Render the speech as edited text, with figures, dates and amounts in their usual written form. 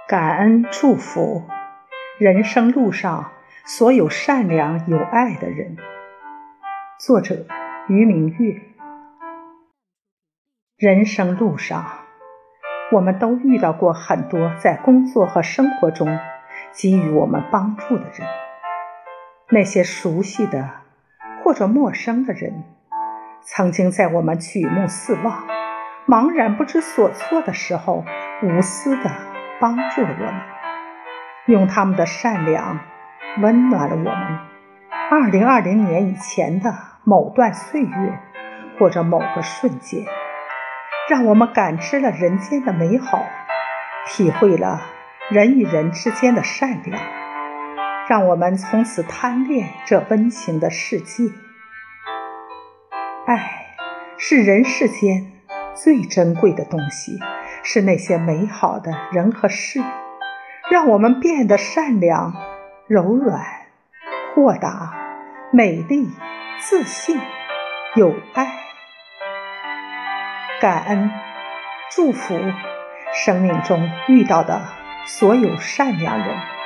感恩祝福人生路上所有善良有爱的人。作者于明月。人生路上，我们都遇到过很多在工作和生活中给予我们帮助的人。那些熟悉的或者陌生的人，曾经在我们举目四望、茫然不知所措的时候，无私地帮助了我们，用他们的善良温暖了我们2020年以前的某段岁月或者某个瞬间，让我们感知了人间的美好，体会了人与人之间的善良，让我们从此贪恋这温情的世界。爱是人世间最珍贵的东西，是那些美好的人和事，让我们变得善良、柔软、豁达、美丽、自信、有爱。感恩祝福生命中遇到的所有善良人。